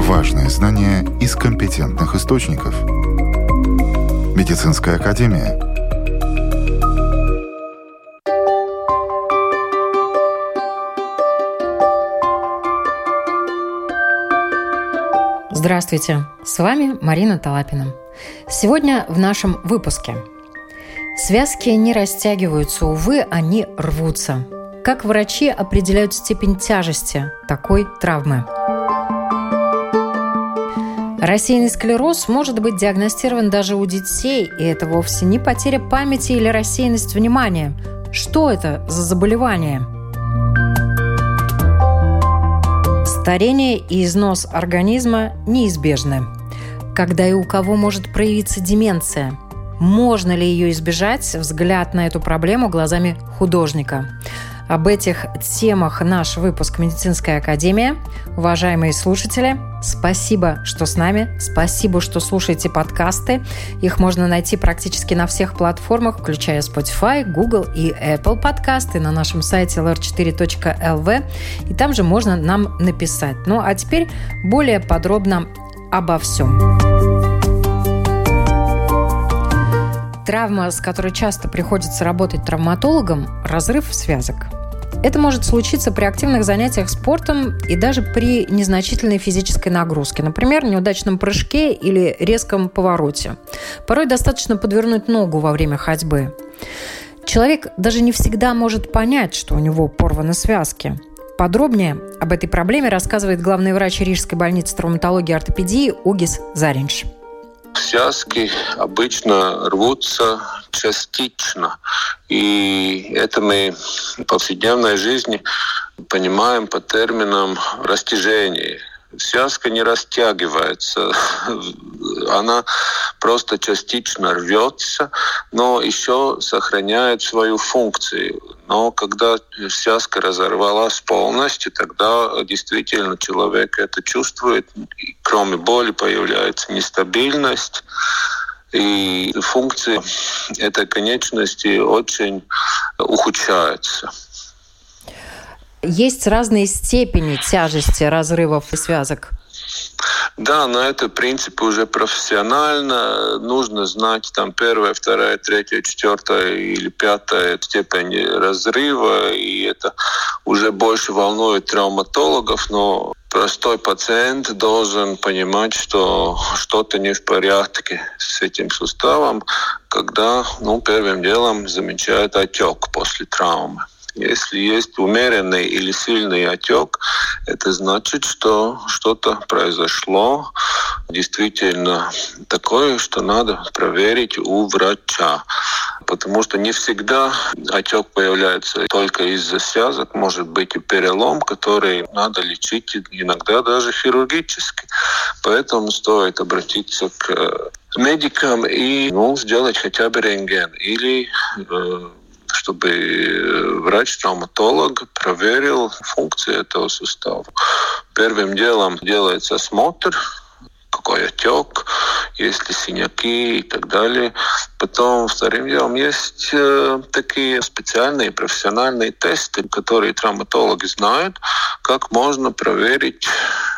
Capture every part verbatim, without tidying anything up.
Важные знания из компетентных источников. Медицинская академия. Здравствуйте, с вами Марина Талапина. Сегодня в нашем выпуске. Связки не растягиваются, увы, они рвутся. Как врачи определяют степень тяжести такой травмы? Рассеянный склероз может быть диагностирован даже у детей, и это вовсе не потеря памяти или рассеянность внимания. Что это за заболевание? Старение и износ организма неизбежны. Когда и у кого может проявиться деменция? Можно ли ее избежать? Взгляд на эту проблему глазами художника. Об этих темах наш выпуск «Медицинская академия». Уважаемые слушатели, спасибо, что с нами. Спасибо, что слушаете подкасты. Их можно найти практически на всех платформах, включая Spotify, Google и Apple подкасты, на нашем сайте эл эр четыре точка эл ви. И там же можно нам написать. Ну, а теперь более подробно обо всем. Травма, с которой часто приходится работать травматологам – разрыв связок. Это может случиться при активных занятиях спортом и даже при незначительной физической нагрузке, например, неудачном прыжке или резком повороте. Порой достаточно подвернуть ногу во время ходьбы. Человек даже не всегда может понять, что у него порваны связки. Подробнее об этой проблеме рассказывает главный врач Рижской больницы травматологии и ортопедии Угис Зариņš. Связки обычно рвутся частично, и это мы в повседневной жизни понимаем по терминам растяжения. Связка не растягивается, она просто частично рвется, но еще сохраняет свою функцию. Но когда связка разорвалась полностью, тогда действительно человек это чувствует. И кроме боли появляется нестабильность, и функции этой конечности очень ухудшаются. Есть разные степени тяжести разрывов и связок. Да, но это, в принципе, уже профессионально. Нужно знать там первая, вторая, третья, четвертая или пятая степень разрыва. И это уже больше волнует травматологов, но простой пациент должен понимать, что что-то не в порядке с этим суставом, когда ну, первым делом замечают отек после травмы. Если есть умеренный или сильный отек, это значит, что что-то произошло действительно такое, что надо проверить у врача. Потому что не всегда отек появляется только из-за связок. Может быть и перелом, который надо лечить иногда даже хирургически. Поэтому стоит обратиться к медикам и ну, сделать хотя бы рентген. Или э, чтобы врач-травматолог проверил функцию этого сустава. Первым делом делается осмотр, какой отек, есть ли синяки и так далее. Потом вторым делом есть э, такие специальные профессиональные тесты, которые травматологи знают, как можно проверить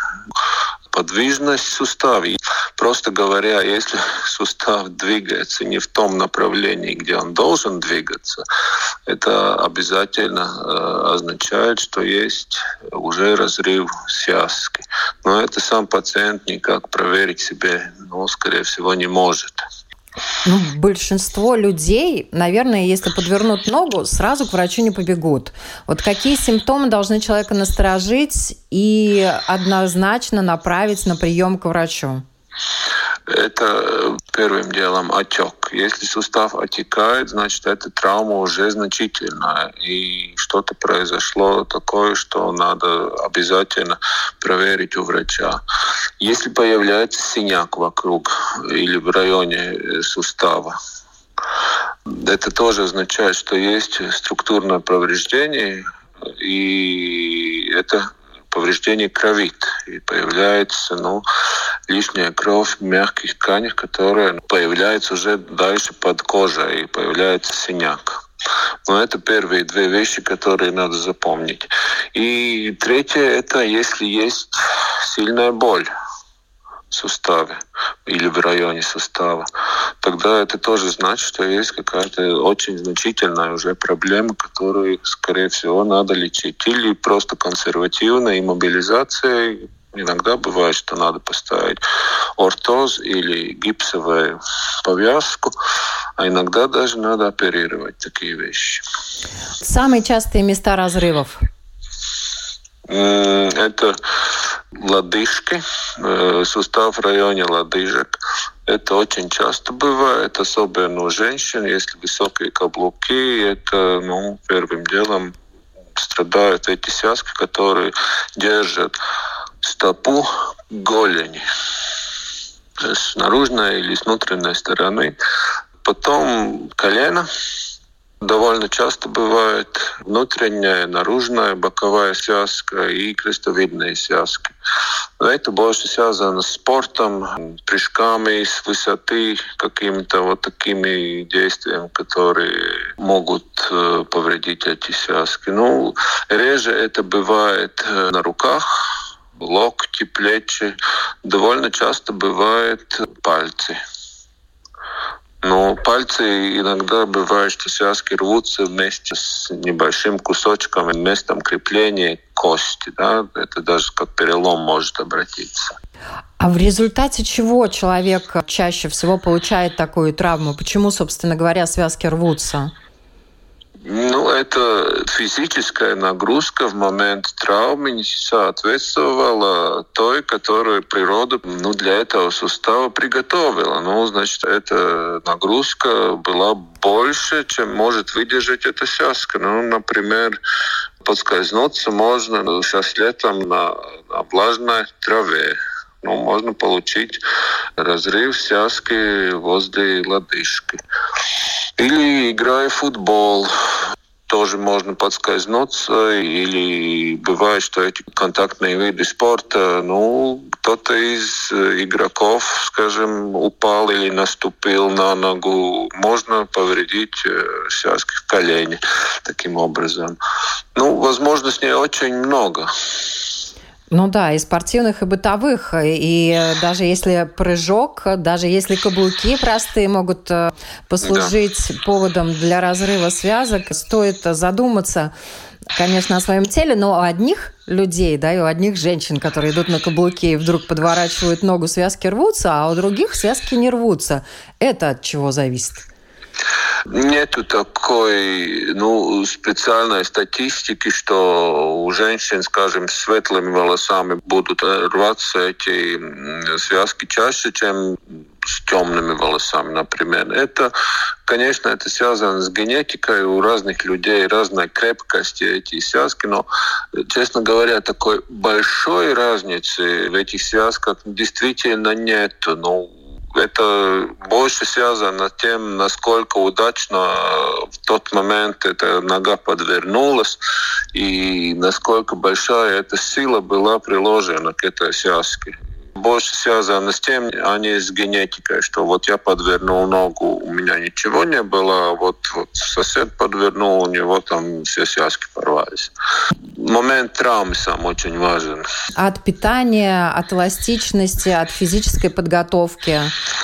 подвижность сустава. Просто говоря, если сустав двигается не в том направлении, где он должен двигаться, это обязательно э, означает, что есть уже разрыв связки. Но это сам пациент никак проверить себе, ну, скорее всего, не может. Ну, большинство людей, наверное, если подвернут ногу, сразу к врачу не побегут. Вот какие симптомы должны человека насторожить и однозначно направить на прием к врачу? Это первым делом отек. Если сустав отекает, значит, эта травма уже значительная. И что-то произошло такое, что надо обязательно проверить у врача. Если появляется синяк вокруг или в районе сустава, это тоже означает, что есть структурное повреждение, и это повреждение кровит. И появляется ну, лишняя кровь в мягких тканях, которая появляется уже дальше под кожей, и появляется синяк. Но это первые две вещи, которые надо запомнить. И третье – это если есть сильная боль. суставе или в районе сустава, тогда это тоже значит, что есть какая-то очень значительная уже проблема, которую, скорее всего, надо лечить. Или просто консервативной иммобилизацией. Иногда бывает, что надо поставить ортоз или гипсовую повязку, а иногда даже надо оперировать такие вещи. Самые частые места разрывов? Это лодыжки, сустав в районе лодыжек. Это очень часто бывает, особенно у женщин, если высокие каблуки. Это, ну, первым делом страдают эти связки, которые держат стопу к голени с наружной или с внутренней стороны. Потом колено. Довольно часто бывает внутренняя, наружная, боковая связка и крестовидные связки. Но это больше связано с спортом, прыжками с высоты, какими-то вот такими действиями, которые могут э, повредить эти связки. Ну, реже это бывает на руках, локти, плечи. Довольно часто бывает пальцы. Но пальцы иногда бывает, что связки рвутся вместе с небольшим кусочком, местом крепления кости. Да? Это даже как перелом может обратиться. А в результате чего человек чаще всего получает такую травму? Почему, собственно говоря, связки рвутся? Ну, это физическая нагрузка в момент травмы не соответствовала той, которую природа, ну, для этого сустава приготовила. Ну, значит, эта нагрузка была больше, чем может выдержать эта связка. Ну, например, подскользнуться можно сейчас летом на, на влажной траве. Ну, можно получить разрыв связки возле лодыжки. Или играя в футбол, тоже можно подскользнуться. Или бывает, что эти контактные виды спорта, ну, кто-то из игроков, скажем, упал или наступил на ногу. Можно повредить связки в колене таким образом. Ну, возможностей очень много. Ну да, и спортивных, и бытовых. И даже если прыжок, даже если каблуки простые могут послужить да. поводом для разрыва связок, стоит задуматься, конечно, о своем теле, но у одних людей, да, и у одних женщин, которые идут на каблуки и вдруг подворачивают ногу, связки рвутся, а у других связки не рвутся. Это от чего зависит? Нету такой, ну, специальной статистики, что у женщин, скажем, с светлыми волосами будут рваться эти связки чаще, чем с темными волосами, например. Это, конечно, это связано с генетикой. У разных людей разная крепкость эти связки, но, честно говоря, такой большой разницы в этих связках действительно нету. Но это больше связано с тем, насколько удачно в тот момент эта нога подвернулась и насколько большая эта сила была приложена к этой связке. Больше связано с тем, а не с генетикой, что вот я подвернул ногу, у меня ничего не было, а вот, вот сосед подвернул, у него там все связки порвались. Момент травмы сам очень важен. От питания, от эластичности, от физической подготовки?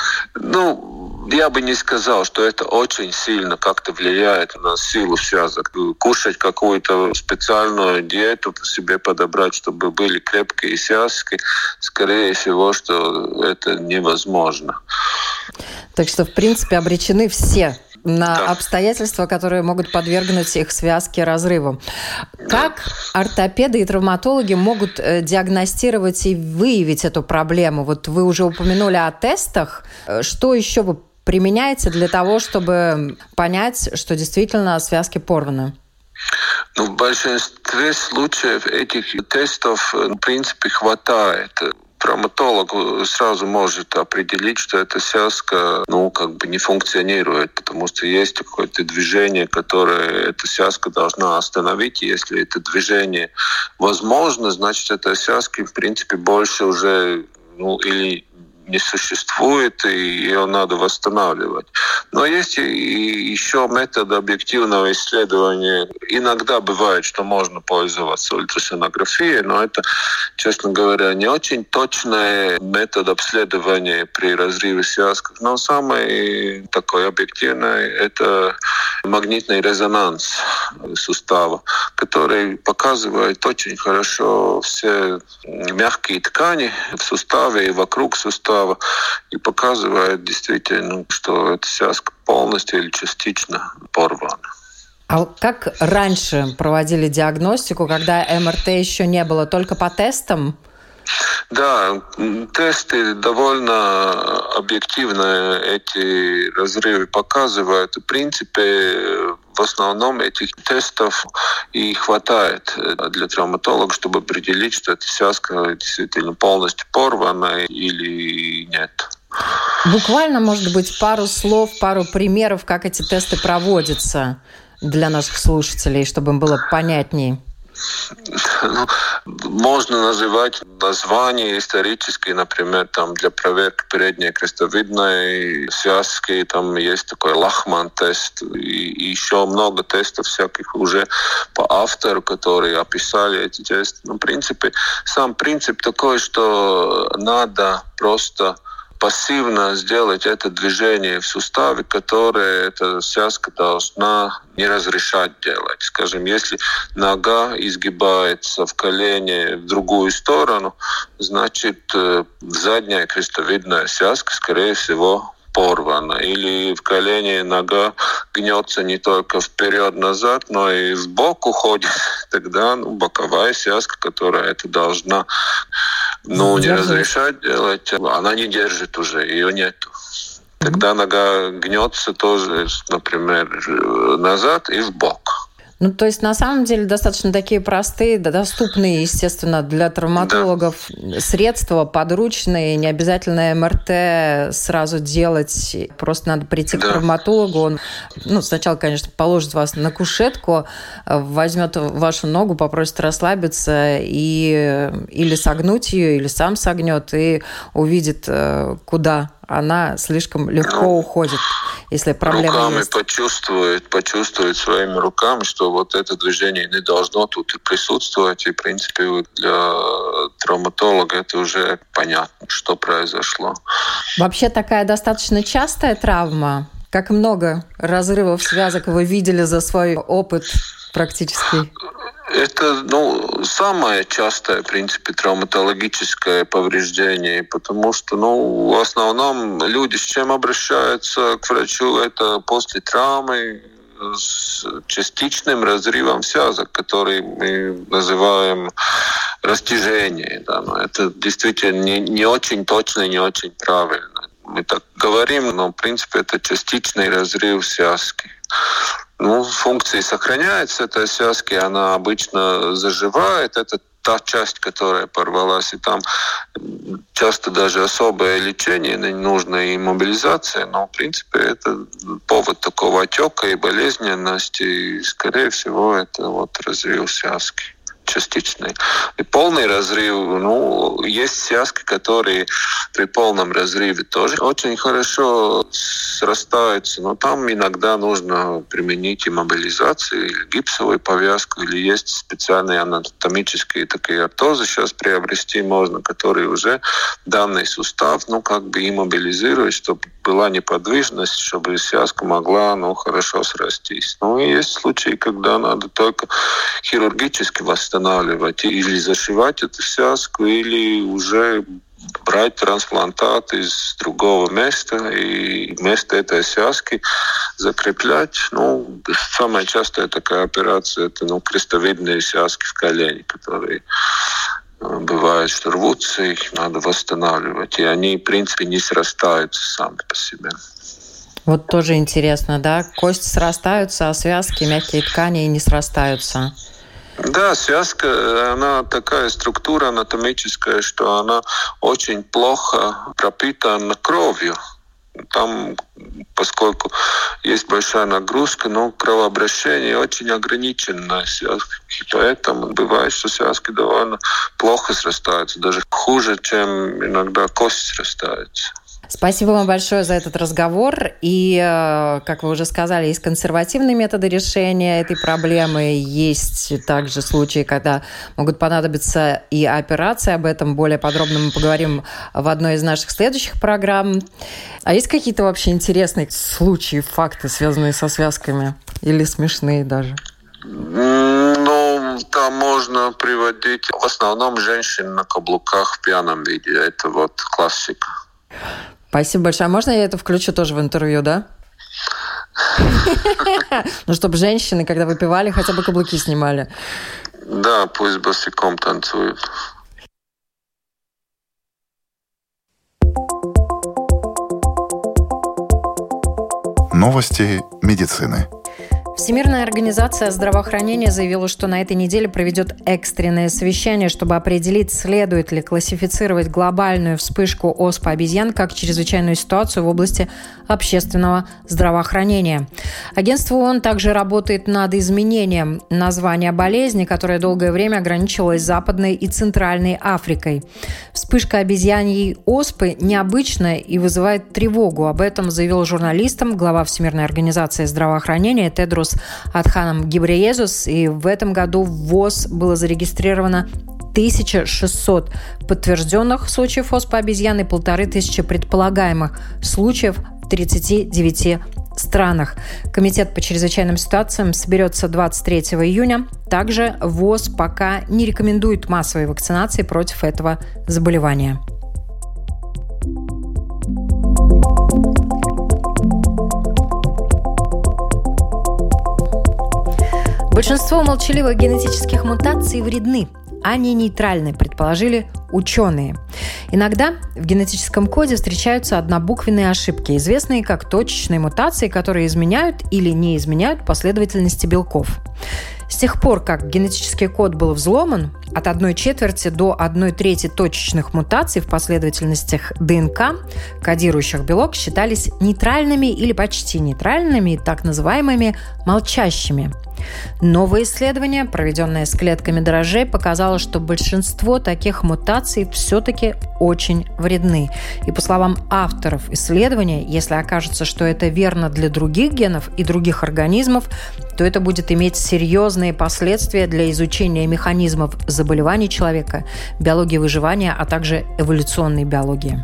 Ну, я бы не сказал, что это очень сильно как-то влияет на силу связок. Кушать какую-то специальную диету себе подобрать, чтобы были крепкие связки, скорее всего, что это невозможно. Так что, в принципе, обречены все на да. обстоятельства, которые могут подвергнуть их связки разрыву. Как ортопеды и травматологи могут диагностировать и выявить эту проблему? Вот вы уже упомянули о тестах. Что еще вы применяете для того, чтобы понять, что действительно связки порваны? Ну, в большинстве случаев этих тестов, в принципе, хватает. Травматолог сразу может определить, что эта связка, ну, как бы не функционирует, потому что есть какое-то движение, которое эта связка должна остановить. И если это движение возможно, значит, эта связка, в принципе, больше уже, ну, или не существует, и ее надо восстанавливать. Но есть и еще метод объективного исследования. Иногда бывает, что можно пользоваться ультрасонографией, но это, честно говоря, не очень точный метод обследования при разрыве связок. Но самый такой объективный – это магнитный резонанс сустава, который показывает очень хорошо все мягкие ткани в суставе и вокруг сустава и показывает действительно, что эта связка полностью или частично порвана. А как раньше проводили диагностику, когда эм эр тэ еще не было, только по тестам? Да, тесты довольно объективно эти разрывы показывают. В принципе, в основном этих тестов и хватает для травматолога, чтобы определить, что эта связка действительно полностью порвана или нет. Буквально, может быть, пару слов, пару примеров, как эти тесты проводятся для наших слушателей, чтобы им было понятнее. Ну, можно называть названия исторические, например, там для проверки передней крестовидной связки, там есть такой Лахман-тест, и, и еще много тестов всяких уже по автору, которые описали эти тесты. Ну, в принципе, сам принцип такой, что надо просто пассивно сделать это движение в суставе, которое эта связка должна не разрешать делать. Скажем, если нога изгибается в колене в другую сторону, значит, задняя крестовидная связка, скорее всего, порвана. Или в колене нога гнется не только вперед-назад, но и в бок уходит. Тогда ну, боковая связка, которая это должна ну, не разрешать делать, она не держит уже, ее нету. Тогда нога гнется тоже, например, назад и в бок. Ну, то есть, на самом деле, достаточно такие простые, доступные, естественно, для травматологов да. средства, подручные, не обязательно эм эр тэ сразу делать, просто надо прийти да. к травматологу, он, ну, сначала, конечно, положит вас на кушетку, возьмет вашу ногу, попросит расслабиться и или согнуть ее, или сам согнет и увидит, куда она слишком легко ну, уходит, если проблема руками есть. почувствует, почувствует своими руками, что вот это движение не должно тут присутствовать. И, в принципе, для травматолога это уже понятно, что произошло. Вообще такая достаточно частая травма? Как много разрывов связок вы видели за свой опыт практически? Это ну, самое частое, в принципе, травматологическое повреждение, потому что ну, в основном люди с чем обращаются к врачу, это после травмы с частичным разрывом связок, который мы называем растяжение. Да, но это действительно не, не очень точно и не очень правильно. Мы так говорим, но в принципе это частичный разрыв связки. Ну, функции сохраняются этой связки, она обычно заживает. Это та часть, которая порвалась, и там часто даже особое лечение не нужно и мобилизация, но в принципе это повод такого отека и болезненности, и, скорее всего, это вот разрыв связки частичный. И полный разрыв, ну, есть связки, которые при полном разрыве тоже очень хорошо срастаются, но там иногда нужно применить иммобилизацию или гипсовую повязку, или есть специальные анатомические такие ортозы сейчас приобрести можно, которые уже данный сустав, ну, как бы иммобилизируют, чтобы была неподвижность, чтобы связка могла, ну, хорошо срастись. Ну, и есть случаи, когда надо только хирургически восстанавливать или зашивать эту связку, или уже брать трансплантат из другого места и вместо этой связки закреплять. Ну, самая частая такая операция – это ну, крестовидные связки в колене, которые бывает, что рвутся, их надо восстанавливать. И они, в принципе, не срастаются сами по себе. Вот тоже интересно, да? Кости срастаются, а связки, мягкие ткани не срастаются. Да, связка, она такая структура анатомическая, что она очень плохо пропитана кровью. Там, поскольку есть большая нагрузка, но кровообращение очень ограниченное связки, поэтому бывает, что связки довольно плохо срастаются, даже хуже, чем иногда кость срастается. Спасибо вам большое за этот разговор. И, как вы уже сказали, есть консервативные методы решения этой проблемы. Есть также случаи, когда могут понадобиться и операции. Об этом более подробно мы поговорим в одной из наших следующих программ. А есть какие-то вообще интересные случаи, факты, связанные со связками? Или смешные даже? Ну, там можно приводить в основном женщин на каблуках в пьяном виде. Это вот классика. Спасибо большое. А можно я это включу тоже в интервью, да? Ну, чтобы женщины, когда выпивали, хотя бы каблуки снимали. Да, пусть босиком танцуют. Новости медицины. Всемирная организация здравоохранения заявила, что на этой неделе проведет экстренное совещание, чтобы определить, следует ли классифицировать глобальную вспышку оспы обезьян как чрезвычайную ситуацию в области общественного здравоохранения. Агентство ООН также работает над изменением названия болезни, которая долгое время ограничивалась Западной и Центральной Африкой. Вспышка обезьяньей оспы необычная и вызывает тревогу. Об этом заявил журналистам глава Всемирной организации здравоохранения Тедрос Адханом Гебрейезус. И в этом году в ВОЗ было зарегистрировано тысяча шестьсот подтвержденных случаев оспы обезьян и полторы тысячи предполагаемых случаев в тридцати девяти странах. Комитет по чрезвычайным ситуациям соберется двадцать третьего июня. Также ВОЗ пока не рекомендует массовой вакцинации против этого заболевания. Большинство молчаливых генетических мутаций вредны, а не нейтральны, предположили ученые. Иногда в генетическом коде встречаются однобуквенные ошибки, известные как точечные мутации, которые изменяют или не изменяют последовательности белков. С тех пор, как генетический код был взломан, от одной четверти до одной трети точечных мутаций в последовательностях ДНК, кодирующих белок, считались нейтральными или почти нейтральными, так называемыми молчащими. Новое исследование, проведенное с клетками дрожжей, показало, что большинство таких мутаций все-таки очень вредны. И по словам авторов исследования, если окажется, что это верно для других генов и других организмов, то это будет иметь серьезные последствия для изучения механизмов заболеваний человека, биологии выживания, а также эволюционной биологии.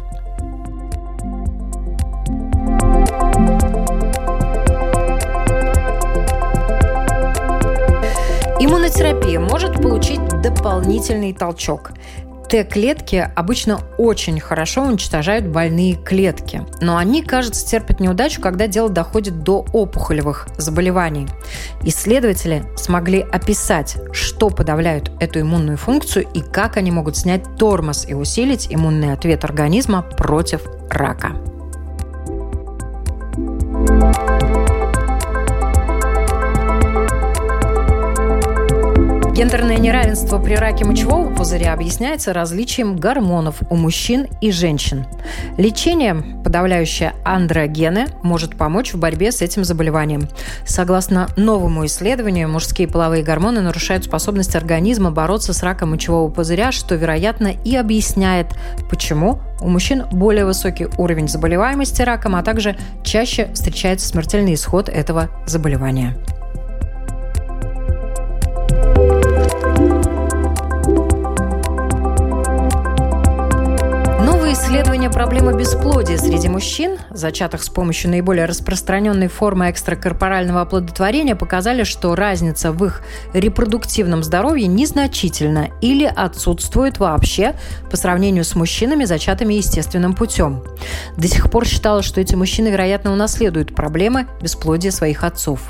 Иммунотерапия может получить дополнительный толчок. Т-клетки обычно очень хорошо уничтожают больные клетки, но они, кажется, терпят неудачу, когда дело доходит до опухолевых заболеваний. Исследователи смогли описать, что подавляют эту иммунную функцию и как они могут снять тормоз и усилить иммунный ответ организма против рака. Гендерное неравенство при раке мочевого пузыря объясняется различием гормонов у мужчин и женщин. Лечение, подавляющее андрогены, может помочь в борьбе с этим заболеванием. Согласно новому исследованию, мужские половые гормоны нарушают способность организма бороться с раком мочевого пузыря, что, вероятно, и объясняет, почему у мужчин более высокий уровень заболеваемости раком, а также чаще встречается смертельный исход этого заболевания. Исследование проблемы бесплодия среди мужчин, зачатых с помощью наиболее распространенной формы экстракорпорального оплодотворения, показали, что разница в их репродуктивном здоровье незначительна или отсутствует вообще по сравнению с мужчинами, зачатыми естественным путем. До сих пор считалось, что эти мужчины, вероятно, унаследуют проблемы бесплодия своих отцов.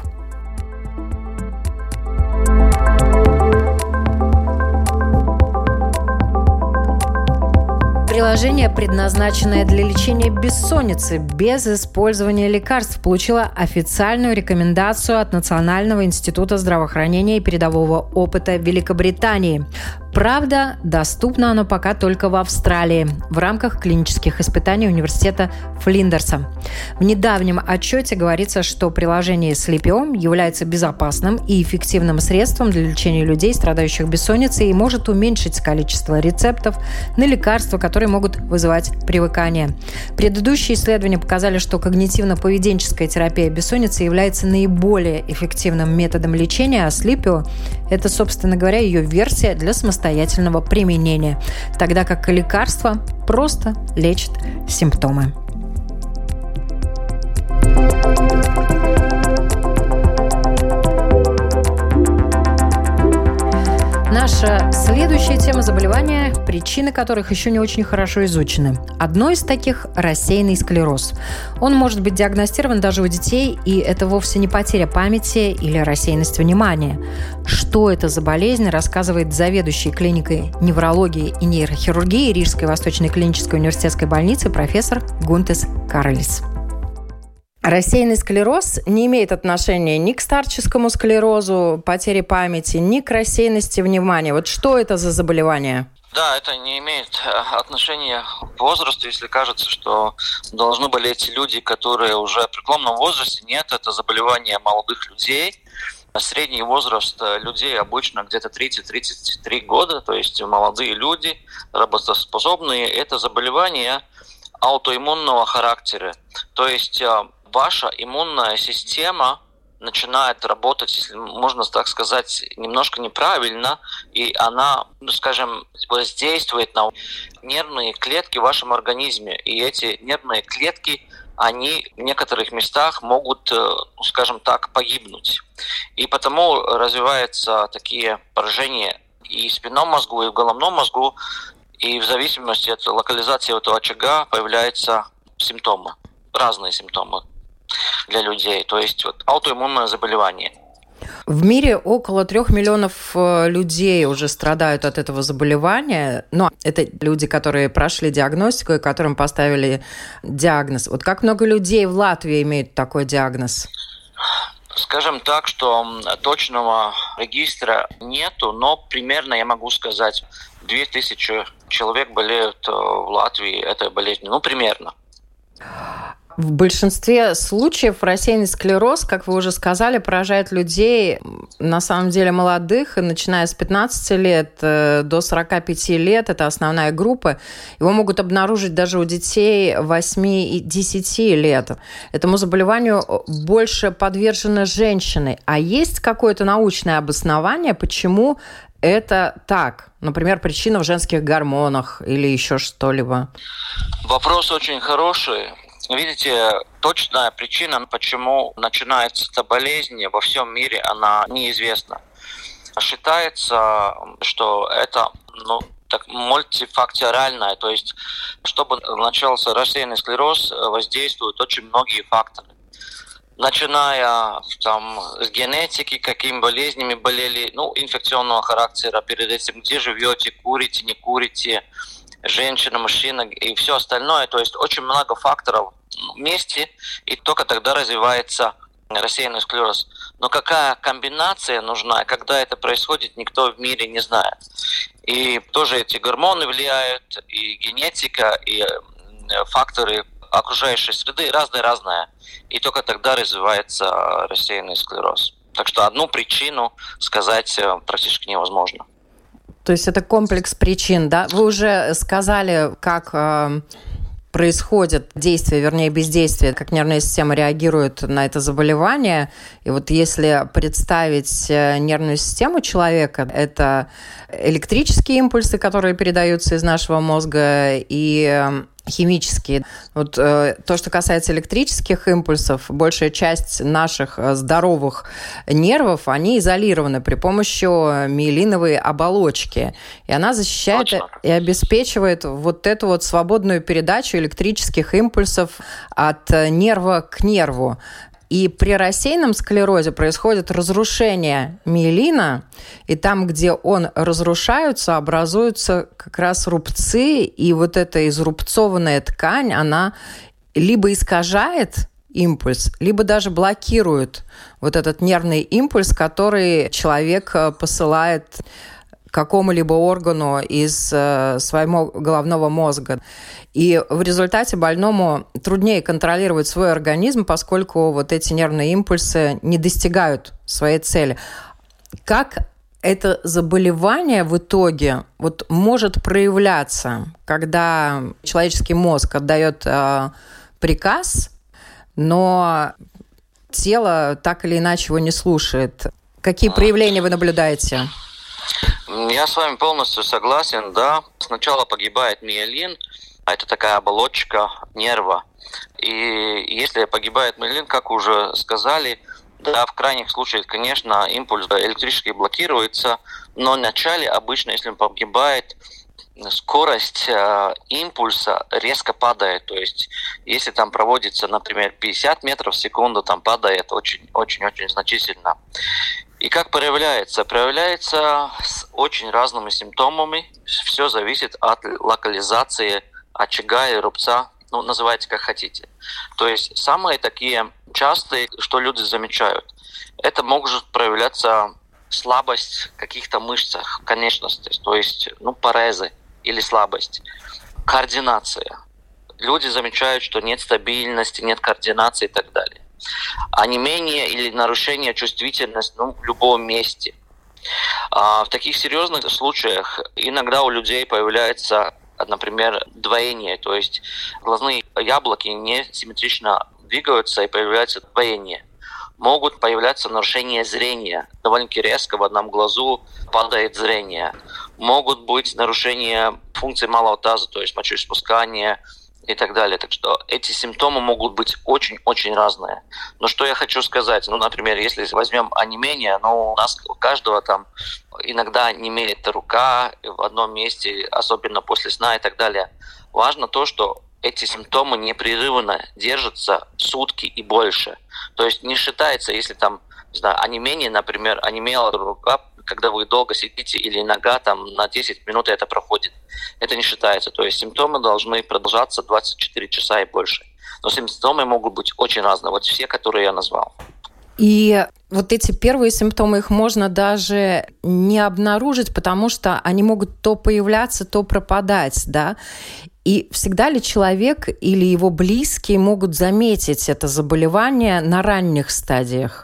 Приложение, предназначенное для лечения бессонницы без использования лекарств, получило официальную рекомендацию от Национального института здравоохранения и передового опыта Великобритании. Правда, доступно оно пока только в Австралии в рамках клинических испытаний университета Флиндерса. В недавнем отчете говорится, что приложение Sleepio является безопасным и эффективным средством для лечения людей, страдающих бессонницей, и может уменьшить количество рецептов на лекарства, которые могут вызывать привыкание. Предыдущие исследования показали, что когнитивно-поведенческая терапия бессонницы является наиболее эффективным методом лечения, а Sleepio – это, собственно говоря, ее версия для самостоятельного применения, тогда как лекарство просто лечит симптомы. Наша следующая тема заболевания, причины которых еще не очень хорошо изучены. Одно из таких – рассеянный склероз. Он может быть диагностирован даже у детей, и это вовсе не потеря памяти или рассеянность внимания. Что это за болезнь, рассказывает заведующий клиникой неврологии и нейрохирургии Рижской Восточной клинической университетской больницы профессор Гунтес Карелис. Рассеянный склероз не имеет отношения ни к старческому склерозу, потере памяти, ни к рассеянности внимания. Вот что это за заболевание? Да, это не имеет отношения к возрасту, если кажется, что должны болеть люди, которые уже в преклонном возрасте. Нет, это заболевание молодых людей. Средний возраст людей обычно где-то тридцать-тридцать три года, то есть молодые люди, работоспособные. Это заболевание аутоиммунного характера, то есть ваша иммунная система начинает работать, если можно так сказать, немножко неправильно, и она, ну, скажем, воздействует на нервные клетки в вашем организме. И эти нервные клетки, они в некоторых местах могут, ну, скажем так, погибнуть. И потому развиваются такие поражения и в спинном мозгу, и в головном мозгу, и в зависимости от локализации этого очага появляются симптомы, разные симптомы для людей, то есть вот, аутоиммунное заболевание. В мире около трех миллионов людей уже страдают от этого заболевания, но это люди, которые прошли диагностику и которым поставили диагноз. Вот как много людей в Латвии имеют такой диагноз? Скажем так, что точного регистра нету, но примерно я могу сказать, две тысячи человек болеют в Латвии этой болезнью, ну примерно. В большинстве случаев рассеянный склероз, как вы уже сказали, поражает людей, на самом деле, молодых, начиная с пятнадцати лет до сорока пяти лет. Это основная группа. Его могут обнаружить даже у детей восьми и десяти лет. Этому заболеванию больше подвержены женщины. А есть какое-то научное обоснование, почему это так? Например, причина в женских гормонах или еще что-либо? Вопрос очень хороший. Видите, точная причина, почему начинается эта болезнь во всем мире, она неизвестна. Считается, что это, ну, так, мультифакториальное, то есть, чтобы начался рассеянный склероз, воздействуют очень многие факторы. Начиная там, с генетики, какими болезнями болели, ну, инфекционного характера, перед этим, где живете, курите, не курите, женщина, мужчина и все остальное. То есть очень много факторов вместе, и только тогда развивается рассеянный склероз. Но какая комбинация нужна, когда это происходит, никто в мире не знает. И тоже эти гормоны влияют, и генетика, и факторы окружающей среды разные-разные. И только тогда развивается рассеянный склероз. Так что одну причину сказать практически невозможно. То есть это комплекс причин, да? Вы уже сказали, как э, происходит действие, вернее, бездействие, как нервная система реагирует на это заболевание. И вот если представить нервную систему человека, это электрические импульсы, которые передаются из нашего мозга, и химические. Вот э, то, что касается электрических импульсов, большая часть наших здоровых нервов, они изолированы при помощи миелиновой оболочки. И она защищает Точно. и обеспечивает вот эту вот свободную передачу электрических импульсов от нерва к нерву. И при рассеянном склерозе происходит разрушение миелина, и там, где он разрушается, образуются как раз рубцы, и вот эта изрубцованная ткань, она либо искажает импульс, либо даже блокирует вот этот нервный импульс, который человек посылает какому-либо органу из э, своего головного мозга. И в результате больному труднее контролировать свой организм, поскольку вот эти нервные импульсы не достигают своей цели. Как это заболевание в итоге вот может проявляться, когда человеческий мозг отдает э, приказ, но тело так или иначе его не слушает? Какие проявления вы наблюдаете? Я с вами полностью согласен, да. Сначала погибает миелин, это такая оболочка нерва. И если погибает миелин, как уже сказали, да, в крайних случаях, конечно, импульс электрически блокируется, но в начале обычно, если он погибает, скорость э, импульса резко падает. То есть, если там проводится, например, пятьдесят метров в секунду, там падает очень-очень-очень значительно. И как проявляется? Проявляется с очень разными симптомами. Все зависит от локализации очага и рубца. Ну, называйте как хотите. То есть самые такие частые, что люди замечают, это может проявляться слабость в каких-то мышцах конечностей, то есть ну, парезы или слабость, координация. Люди замечают, что нет стабильности, нет координации и так далее. Онемение или нарушение чувствительности ну, в любом месте. А в таких серьезных случаях иногда у людей появляется, например, двоение, то есть глазные яблоки не симметрично двигаются и появляется двоение. Могут появляться нарушения зрения. Довольно-таки резко в одном глазу падает зрение. Могут быть нарушения функции малого таза, то есть мочеиспускания и так далее. Так что эти симптомы могут быть очень-очень разные. Но что я хочу сказать, ну, например, если возьмем онемение, ну, у нас у каждого там иногда немеет рука в одном месте, особенно после сна и так далее. Важно то, что эти симптомы непрерывно держатся сутки и больше. То есть не считается, если там, не знаю, онемение, например, онемела рука, когда вы долго сидите, или нога там на десять минут это проходит. Это не считается. То есть симптомы должны продолжаться двадцать четыре часа и больше. Но симптомы могут быть очень разные. Вот все, которые я назвал. И вот эти первые симптомы, их можно даже не обнаружить, потому что они могут то появляться, то пропадать, да? И всегда ли человек или его близкие могут заметить это заболевание на ранних стадиях?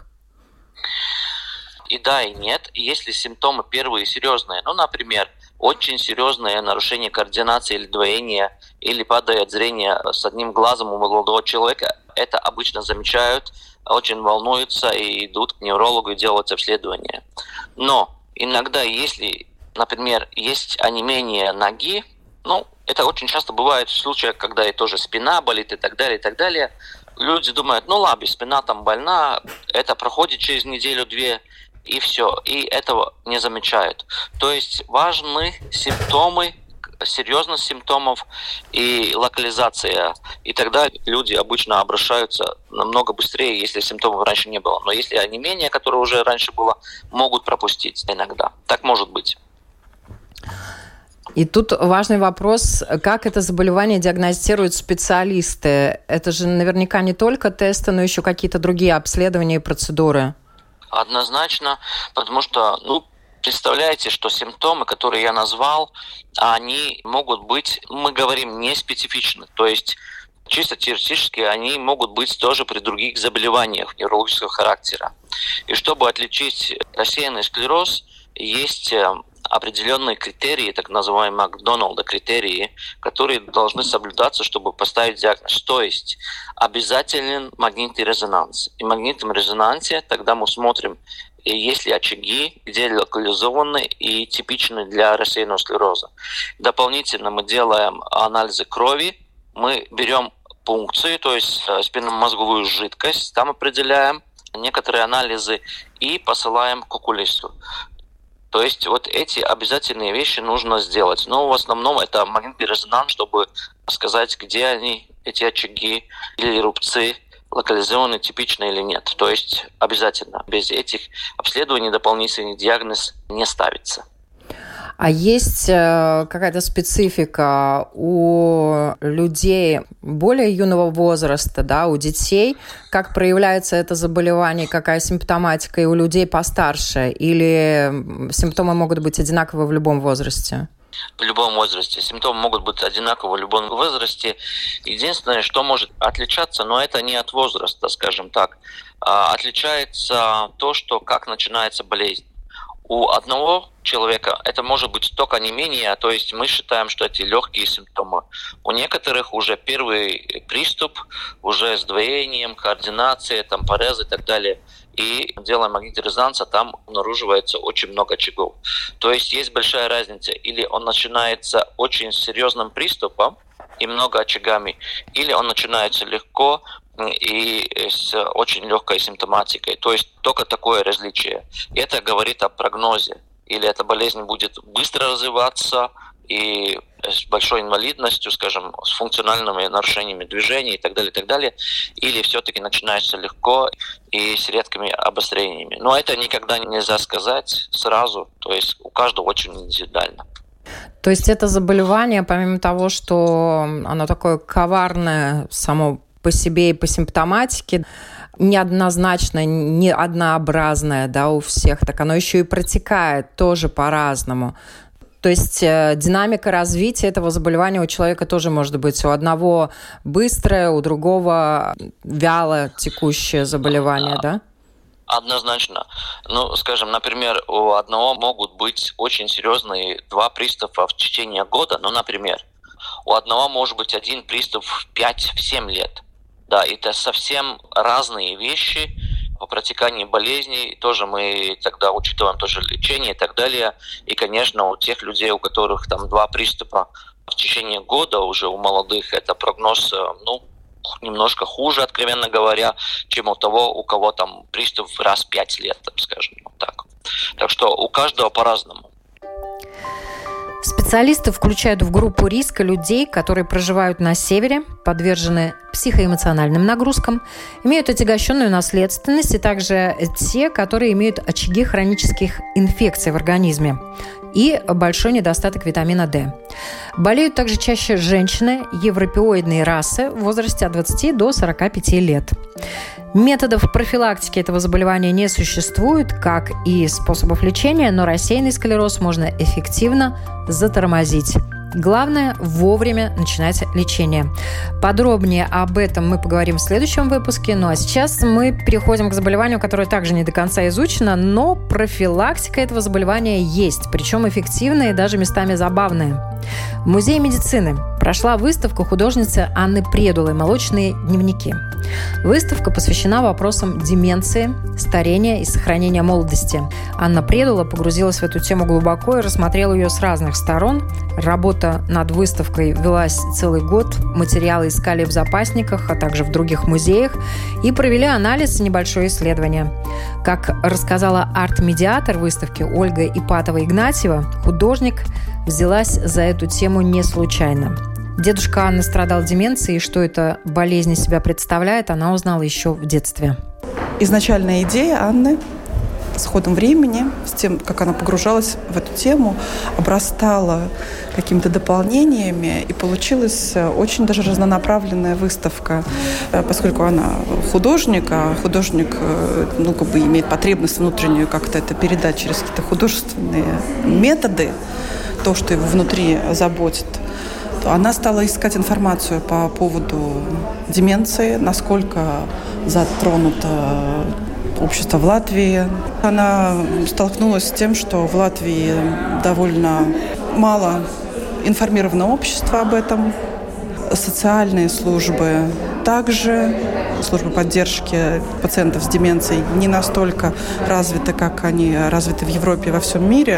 И да, и нет. Если симптомы первые серьезные, ну, например, очень серьезное нарушение координации или двоения, или падает зрение с одним глазом у молодого человека, это обычно замечают, очень волнуются и идут к неврологу и делают обследование. Но иногда, если, например, есть онемение ноги, ну, это очень часто бывает в случаях, когда и тоже спина болит и так далее, и так далее. Люди думают, ну ладно, спина там больна, это проходит через неделю-две, и все, и этого не замечают. То есть важны симптомы, серьезность симптомов и локализация. И тогда люди обычно обращаются намного быстрее, если симптомов раньше не было. Но если онемение, которое уже раньше было, могут пропустить иногда. Так может быть. И тут важный вопрос, как это заболевание диагностируют специалисты. Это же наверняка не только тесты, но еще какие-то другие обследования и процедуры. Однозначно, потому что, ну, представляете, что симптомы, которые я назвал, они могут быть, мы говорим, не специфичны. То есть чисто теоретически они могут быть тоже при других заболеваниях неврологического характера. И чтобы отличить рассеянный склероз, есть определенные критерии, так называемые Макдоналда критерии, которые должны соблюдаться, чтобы поставить диагноз. То есть обязателен магнитный резонанс. И в магнитном резонансе тогда мы смотрим, есть ли очаги, где локализованы и типичны для рассеянного склероза. Дополнительно мы делаем анализы крови, мы берем пункцию, то есть спинномозговую жидкость, там определяем некоторые анализы и посылаем к окулисту. То есть вот эти обязательные вещи нужно сделать. Но в основном это магнитный резонанс, чтобы сказать, где они, эти очаги или рубцы, локализованы, типичны или нет. То есть обязательно. Без этих обследований дополнительный диагноз не ставится. А есть какая-то специфика у людей более юного возраста, да, у детей? Как проявляется это заболевание, какая симптоматика, и у людей постарше? Или симптомы могут быть одинаковы в любом возрасте? В любом возрасте. Симптомы могут быть одинаковы в любом возрасте. Единственное, что может отличаться, но это не от возраста, скажем так, а отличается то, что как начинается болезнь. У одного человека это может быть только онемение, то есть мы считаем, что эти легкие симптомы. У некоторых уже первый приступ, уже сдвоением, координацией, там, порезы и так далее. И делаем магнитный резонанс, а там обнаруживается очень много очагов. То есть есть большая разница. Или он начинается очень серьезным приступом и много очагами, или он начинается легко и с очень легкой симптоматикой. То есть только такое различие. Это говорит о прогнозе. Или эта болезнь будет быстро развиваться и с большой инвалидностью, скажем, с функциональными нарушениями движения и так далее, и так далее. Или все-таки начинается легко и с редкими обострениями. Но это никогда нельзя сказать сразу. То есть у каждого очень индивидуально. То есть это заболевание, помимо того, что оно такое коварное само по себе и по симптоматике, неоднозначное, не однообразное, да, у всех, так оно еще и протекает тоже по-разному. То есть э, динамика развития этого заболевания у человека тоже может быть у одного быстрое, у другого вяло текущее заболевание, да? Однозначно. Ну, скажем, например, у одного могут быть очень серьезные два приступа в течение года, ну, например, у одного может быть один приступ в пять-семь лет. Да, это совсем разные вещи по протеканию болезней. Тоже мы тогда учитываем тоже лечение и так далее. И, конечно, у тех людей, у которых там два приступа в течение года уже у молодых, это прогноз, ну, немножко хуже, откровенно говоря, чем у того, у кого там приступ раз в пять лет, так скажем. Вот так. Так что у каждого по-разному. Специалисты включают в группу риска людей, которые проживают на севере, подвержены психоэмоциональным нагрузкам, имеют отягощенную наследственность, и также те, которые имеют очаги хронических инфекций в организме и большой недостаток витамина D. Болеют также чаще женщины европеоидной расы в возрасте от двадцати до сорока пяти лет. Методов профилактики этого заболевания не существует, как и способов лечения, но рассеянный склероз можно эффективно затормозить. Главное – вовремя начинать лечение. Подробнее об этом мы поговорим в следующем выпуске. Ну а сейчас мы переходим к заболеванию, которое также не до конца изучено, но профилактика этого заболевания есть, причем эффективная и даже местами забавная. В Музее медицины прошла выставка художницы Анны Предулы «Молочные дневники». Выставка посвящена вопросам деменции, старения и сохранения молодости. Анна Предула погрузилась в эту тему глубоко и рассмотрела ее с разных сторон. Работа над выставкой велась целый год, материалы искали в запасниках, а также в других музеях и провели анализ и небольшое исследование. Как рассказала арт-медиатор выставки Ольга Ипатова-Игнатьева, художник взялась за эту тему не случайно. Дедушка Анны страдал деменцией, и что эта болезнь из себя представляет, она узнала еще в детстве. Изначальная идея Анны с ходом времени, с тем, как она погружалась в эту тему, обрастала какими-то дополнениями, и получилась очень даже разнонаправленная выставка. Поскольку она художник, а художник, ну, как бы имеет потребность внутреннюю как-то это передать через какие-то художественные методы, то, что его внутри заботит, то она стала искать информацию по поводу деменции, насколько затронуто общество в Латвии. Она столкнулась с тем, что в Латвии довольно мало информировано общество об этом. Социальные службы также, службы поддержки пациентов с деменцией не настолько развиты, как они развиты в Европе и во всем мире.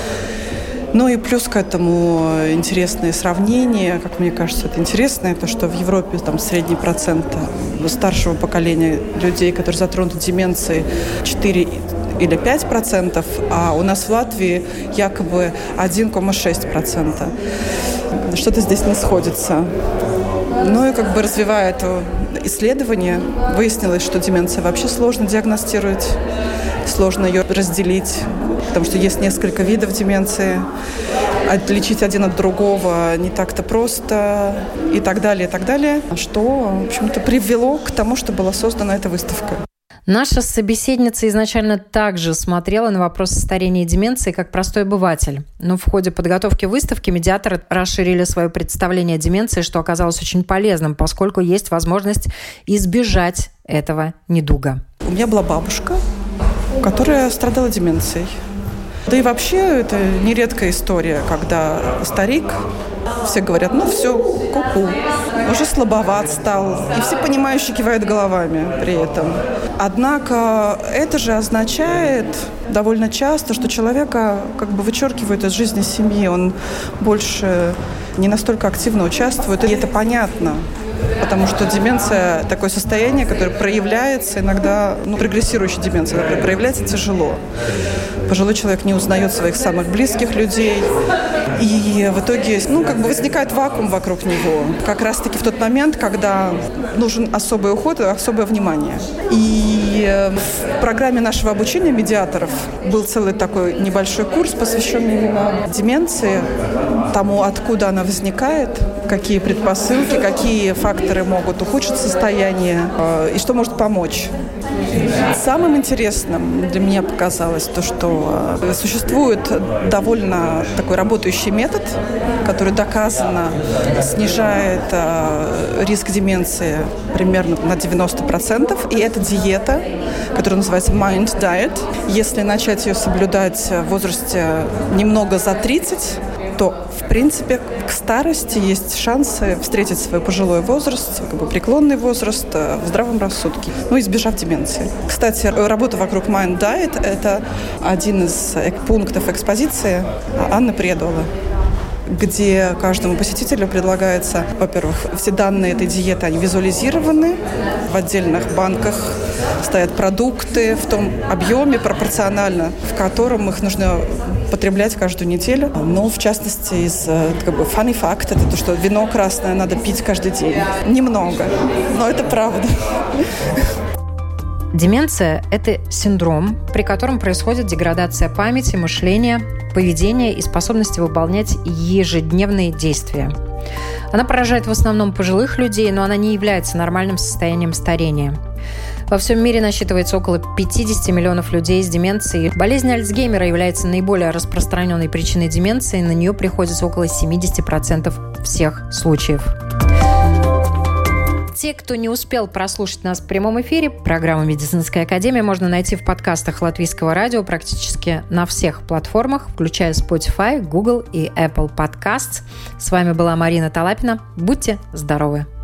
Ну и плюс к этому интересные сравнения, как мне кажется, это интересно, то, что в Европе там средний процент старшего поколения людей, которые затронуты деменцией, четыре или пять процентов, а у нас в Латвии якобы один целых шесть десятых процента. Что-то здесь не сходится. Ну и как бы развивая это исследование, выяснилось, что деменция вообще сложно диагностировать, сложно ее разделить, потому что есть несколько видов деменции. Отличить один от другого не так-то просто и так далее, и так далее, что, в общем-то, привело к тому, что была создана эта выставка. Наша собеседница изначально также смотрела на вопрос старения и деменции как простой обыватель. Но в ходе подготовки выставки медиаторы расширили свое представление о деменции, что оказалось очень полезным, поскольку есть возможность избежать этого недуга. У меня была бабушка, которая страдала деменцией. Да и вообще это нередкая история, когда старик, все говорят, ну все, ку-ку, уже слабоват стал, и все понимающие кивают головами при этом. Однако это же означает довольно часто, что человека как бы вычеркивают из жизни семьи, он больше не настолько активно участвует, и это понятно. Потому что деменция – такое состояние, которое проявляется иногда, ну, прогрессирующая деменция, которая проявляется тяжело. Пожилой человек не узнает своих самых близких людей. И в итоге, ну, как бы возникает вакуум вокруг него. Как раз-таки в тот момент, когда нужен особый уход и особое внимание. И в программе нашего обучения медиаторов был целый такой небольшой курс, посвященный именно деменции, тому, откуда она возникает, какие предпосылки, какие факторы могут ухудшить состояние и что может помочь. Самым интересным для меня показалось то, что существует довольно такой работающий метод, который доказанно снижает риск деменции примерно на девяносто процентов. И это диета, которая называется Mind Diet. Если начать ее соблюдать в возрасте немного за тридцать, то, в принципе, к старости есть шансы встретить свой пожилой возраст, как бы преклонный возраст в здравом рассудке, ну, избежав деменции. Кстати, работа вокруг Mind Diet – это один из пунктов экспозиции Анны Предуэллы, где каждому посетителю предлагается, во-первых, все данные этой диеты, они визуализированы, в отдельных банках стоят продукты в том объеме пропорционально, в котором их нужно потреблять каждую неделю. Но, в частности, из как бы funny fact, это то, что вино красное надо пить каждый день. Немного, но это правда. Деменция – это синдром, при котором происходит деградация памяти, мышления, поведения и способности выполнять ежедневные действия. Она поражает в основном пожилых людей, но она не является нормальным состоянием старения. Во всем мире насчитывается около пятьдесят миллионов людей с деменцией. Болезнь Альцгеймера является наиболее распространенной причиной деменции. На нее приходится около семьдесят процентов всех случаев. Те, кто не успел прослушать нас в прямом эфире, программу «Медицинская академия» можно найти в подкастах Латвийского радио практически на всех платформах, включая Spotify, Google и Apple Podcasts. С вами была Марина Талапина. Будьте здоровы!